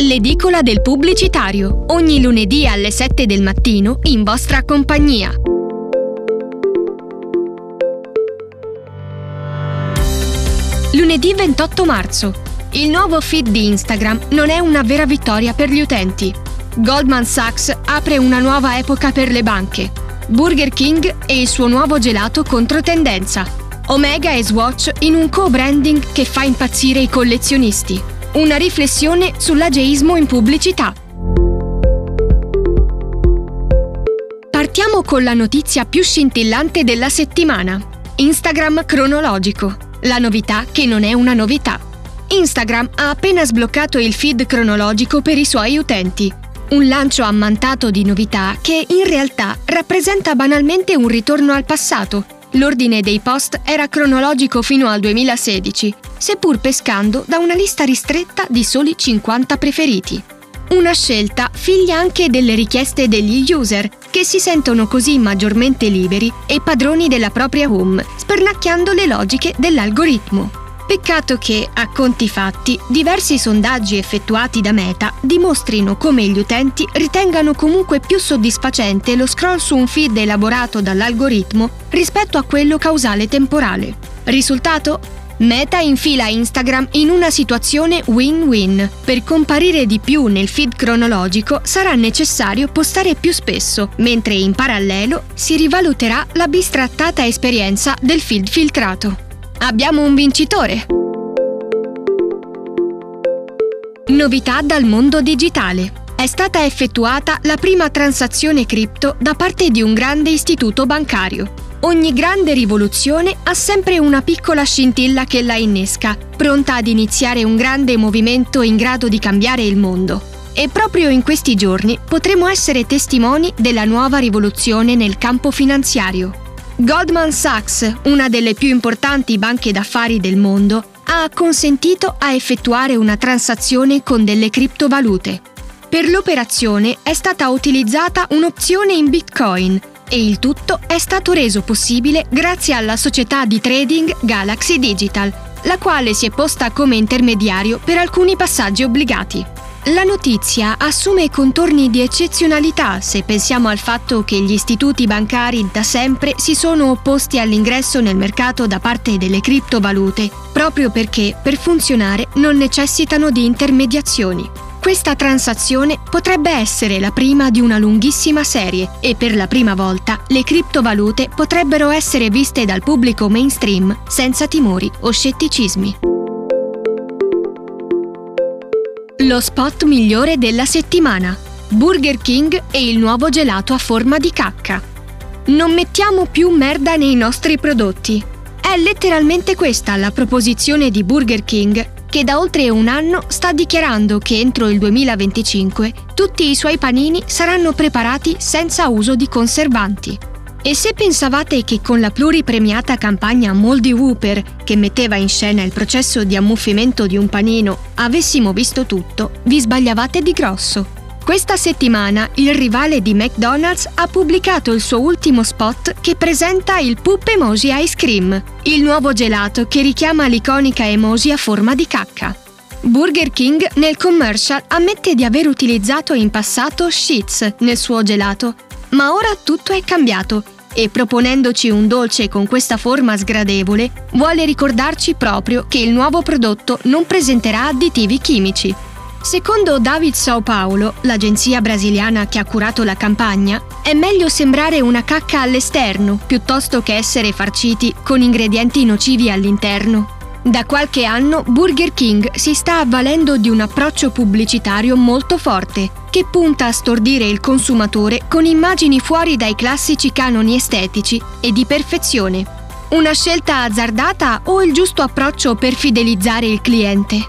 L'edicola del pubblicitario, ogni lunedì alle 7 del mattino in vostra compagnia. Lunedì 28 marzo. Il nuovo feed di Instagram non è una vera vittoria per gli utenti. Goldman Sachs apre una nuova epoca per le banche. Burger King e il suo nuovo gelato controtendenza. Omega e Swatch in un co-branding che fa impazzire i collezionisti. Una riflessione sull'ageismo in pubblicità. Partiamo con la notizia più scintillante della settimana. Instagram cronologico. La novità che non è una novità. Instagram ha appena sbloccato il feed cronologico per i suoi utenti. Un lancio ammantato di novità che in realtà rappresenta banalmente un ritorno al passato. L'ordine dei post era cronologico fino al 2016, seppur pescando da una lista ristretta di soli 50 preferiti. Una scelta figlia anche delle richieste degli user, che si sentono così maggiormente liberi e padroni della propria home, spernacchiando le logiche dell'algoritmo. Peccato che, a conti fatti, diversi sondaggi effettuati da Meta dimostrino come gli utenti ritengano comunque più soddisfacente lo scroll su un feed elaborato dall'algoritmo rispetto a quello causale temporale. Risultato? Meta infila Instagram in una situazione win-win. Per comparire di più nel feed cronologico sarà necessario postare più spesso, mentre in parallelo si rivaluterà la bistrattata esperienza del feed filtrato. Abbiamo un vincitore! Novità dal mondo digitale. È stata effettuata la prima transazione cripto da parte di un grande istituto bancario. Ogni grande rivoluzione ha sempre una piccola scintilla che la innesca, pronta ad iniziare un grande movimento in grado di cambiare il mondo. E proprio in questi giorni potremo essere testimoni della nuova rivoluzione nel campo finanziario. Goldman Sachs, una delle più importanti banche d'affari del mondo, ha acconsentito a effettuare una transazione con delle criptovalute. Per l'operazione è stata utilizzata un'opzione in Bitcoin e il tutto è stato reso possibile grazie alla società di trading Galaxy Digital, la quale si è posta come intermediario per alcuni passaggi obbligati. La notizia assume contorni di eccezionalità se pensiamo al fatto che gli istituti bancari da sempre si sono opposti all'ingresso nel mercato da parte delle criptovalute, proprio perché per funzionare non necessitano di intermediazioni. Questa transazione potrebbe essere la prima di una lunghissima serie e per la prima volta le criptovalute potrebbero essere viste dal pubblico mainstream senza timori o scetticismi. Lo spot migliore della settimana. Burger King e il nuovo gelato a forma di cacca. Non mettiamo più merda nei nostri prodotti. È letteralmente questa la proposizione di Burger King, che da oltre un anno sta dichiarando che entro il 2025 tutti i suoi panini saranno preparati senza uso di conservanti. E se pensavate che con la pluripremiata campagna Moldy Whopper, che metteva in scena il processo di ammuffimento di un panino, avessimo visto tutto, vi sbagliavate di grosso. Questa settimana il rivale di McDonald's ha pubblicato il suo ultimo spot che presenta il Poop Emoji Ice Cream, il nuovo gelato che richiama l'iconica emoji a forma di cacca. Burger King nel commercial ammette di aver utilizzato in passato Sheets nel suo gelato, ma ora tutto è cambiato e proponendoci un dolce con questa forma sgradevole, vuole ricordarci proprio che il nuovo prodotto non presenterà additivi chimici. Secondo David Sao Paulo, l'agenzia brasiliana che ha curato la campagna, è meglio sembrare una cacca all'esterno piuttosto che essere farciti con ingredienti nocivi all'interno. Da qualche anno Burger King si sta avvalendo di un approccio pubblicitario molto forte, che punta a stordire il consumatore con immagini fuori dai classici canoni estetici e di perfezione. Una scelta azzardata o il giusto approccio per fidelizzare il cliente?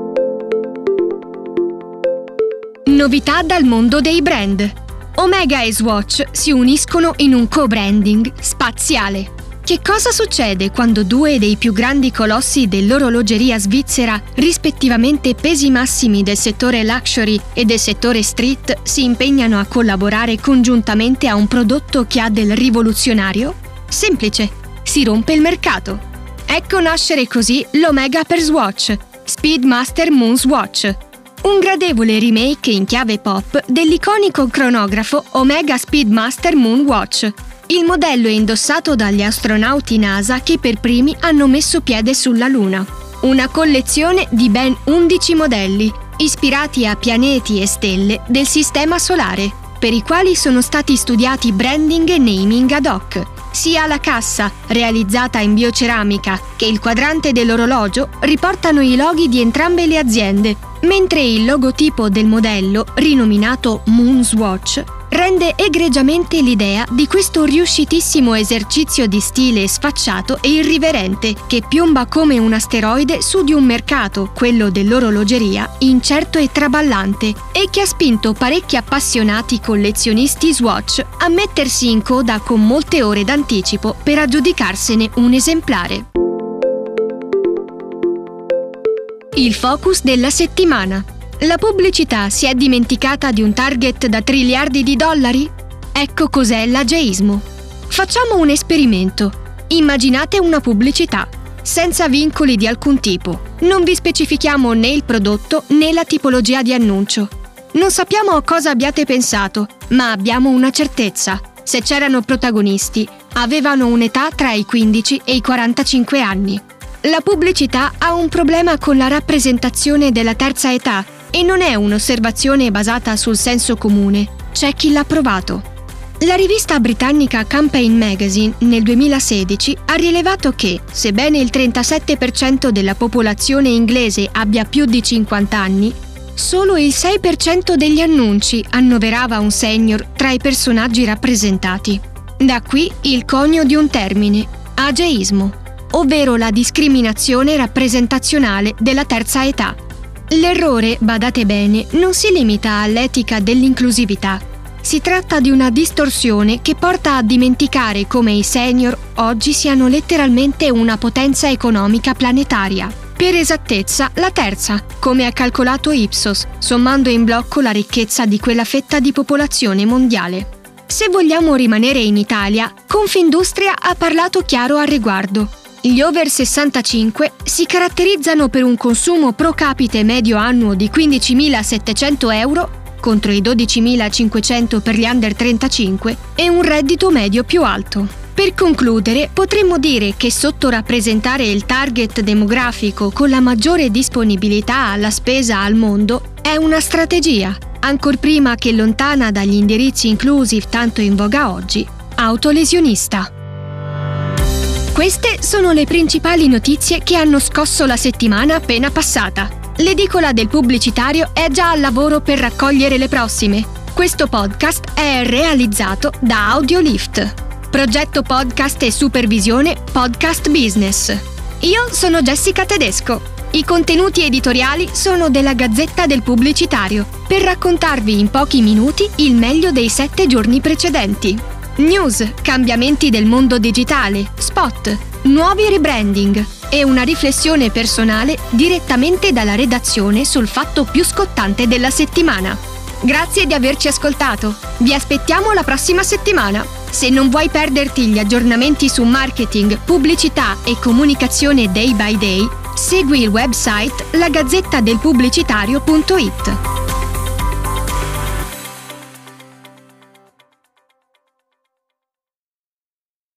Novità dal mondo dei brand. Omega e Swatch si uniscono in un co-branding spaziale. Che cosa succede quando due dei più grandi colossi dell'orologeria svizzera, rispettivamente pesi massimi del settore luxury e del settore street, si impegnano a collaborare congiuntamente a un prodotto che ha del rivoluzionario? Semplice, si rompe il mercato. Ecco nascere così l'Omega per Swatch, Speedmaster Moon Swatch. Un gradevole remake in chiave pop dell'iconico cronografo Omega Speedmaster Moonwatch. Il modello è indossato dagli astronauti NASA che per primi hanno messo piede sulla Luna. Una collezione di ben 11 modelli, ispirati a pianeti e stelle del Sistema Solare, per i quali sono stati studiati branding e naming ad hoc. Sia la cassa, realizzata in bioceramica, che il quadrante dell'orologio riportano i loghi di entrambe le aziende, mentre il logotipo del modello, rinominato Moonswatch, rende egregiamente l'idea di questo riuscitissimo esercizio di stile sfacciato e irriverente che piomba come un asteroide su di un mercato, quello dell'orologeria, incerto e traballante, e che ha spinto parecchi appassionati collezionisti Swatch a mettersi in coda con molte ore d'anticipo per aggiudicarsene un esemplare. Il focus della settimana. La pubblicità si è dimenticata di un target da triliardi di dollari? Ecco cos'è l'ageismo. Facciamo un esperimento. Immaginate una pubblicità, senza vincoli di alcun tipo. Non vi specifichiamo né il prodotto né la tipologia di annuncio. Non sappiamo a cosa abbiate pensato, ma abbiamo una certezza. Se c'erano protagonisti, avevano un'età tra i 15 e i 45 anni. La pubblicità ha un problema con la rappresentazione della terza età e non è un'osservazione basata sul senso comune. C'è chi l'ha provato. La rivista britannica Campaign Magazine nel 2016 ha rilevato che, sebbene il 37% della popolazione inglese abbia più di 50 anni, solo il 6% degli annunci annoverava un senior tra i personaggi rappresentati. Da qui il conio di un termine, ageismo, ovvero la discriminazione rappresentazionale della terza età. L'errore, badate bene, non si limita all'etica dell'inclusività. Si tratta di una distorsione che porta a dimenticare come i senior oggi siano letteralmente una potenza economica planetaria. Per esattezza, la terza, come ha calcolato Ipsos, sommando in blocco la ricchezza di quella fetta di popolazione mondiale. Se vogliamo rimanere in Italia, Confindustria ha parlato chiaro al riguardo. Gli over 65 si caratterizzano per un consumo pro capite medio annuo di 15.700 euro contro i 12.500 per gli under 35 e un reddito medio più alto. Per concludere, potremmo dire che sottorappresentare il target demografico con la maggiore disponibilità alla spesa al mondo è una strategia, ancor prima che lontana dagli indirizzi inclusive tanto in voga oggi, autolesionista. Queste sono le principali notizie che hanno scosso la settimana appena passata. L'edicola del pubblicitario è già al lavoro per raccogliere le prossime. Questo podcast è realizzato da Audiolift. Progetto podcast e supervisione Podcast Business. Io sono Jessica Tedesco. I contenuti editoriali sono della Gazzetta del Pubblicitario, per raccontarvi in pochi minuti il meglio dei 7 giorni precedenti. News, cambiamenti del mondo digitale, spot, nuovi rebranding e una riflessione personale direttamente dalla redazione sul fatto più scottante della settimana. Grazie di averci ascoltato. Vi aspettiamo la prossima settimana. Se non vuoi perderti gli aggiornamenti su marketing, pubblicità e comunicazione day by day, segui il website lagazzettadelpubblicitario.it.